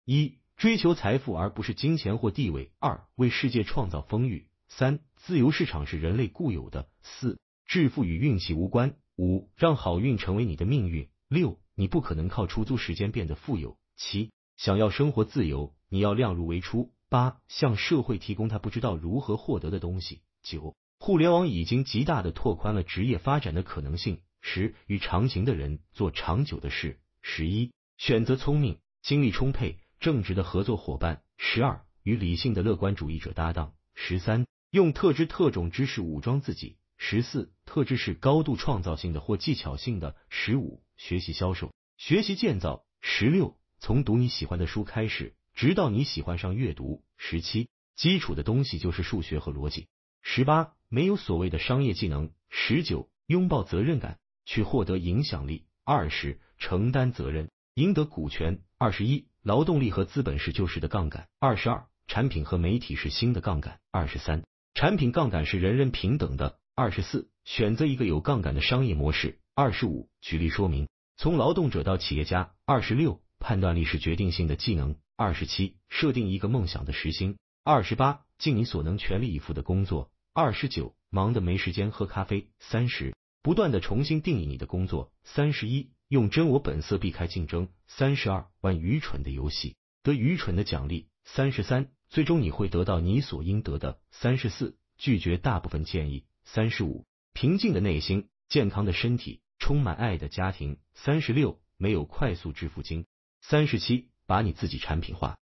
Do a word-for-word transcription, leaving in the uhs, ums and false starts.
一、追求财富而不是金钱或地位；二、为世界创造风雨；三、自由市场是人类固有的；四、致富与运气无关；五、让好运成为你的命运；六、你不可能靠出租时间变得富有；七、想要生活自由，你要量入为出；八、向社会提供他不知道如何获得的东西；九、互联网已经极大的拓宽了职业发展的可能性；十、与长情的人做长久的事；十一、选择聪明、精力充沛、正直的合作伙伴；十二、与理性的乐观主义者搭档；十三、用特质特种知识武装自己；十四、特质是高度创造性的或技巧性的；十五、学习销售、学习建造；十六、从读你喜欢的书开始，直到你喜欢上阅读；十七、基础的东西就是数学和逻辑；十八、没有所谓的商业技能；十九、拥抱责任感，去获得影响力；二十、承担责任，赢得股权；二十一、劳动力和资本是旧时的杠杆；二十二、产品和媒体是新的杠杆；二十三、产品杠杆是人人平等的；二十四、选择一个有杠杆的商业模式；二十五、举例说明，从劳动者到企业家；二十六、判断力是决定性的技能；二十七、设定一个梦想的时薪；二十八、尽你所能全力以赴的工作；二十九、忙得没时间喝咖啡；三十、不断的重新定义你的工作；三十一、用真我本色避开竞争；三十二、玩愚蠢的游戏，得愚蠢的奖励；三十三、最终你会得到你所应得的；三十四、拒绝大部分建议；三十五、平静的内心，健康的身体，充满爱的家庭；三十六、没有快速致富经；三十七、把你自己产品化。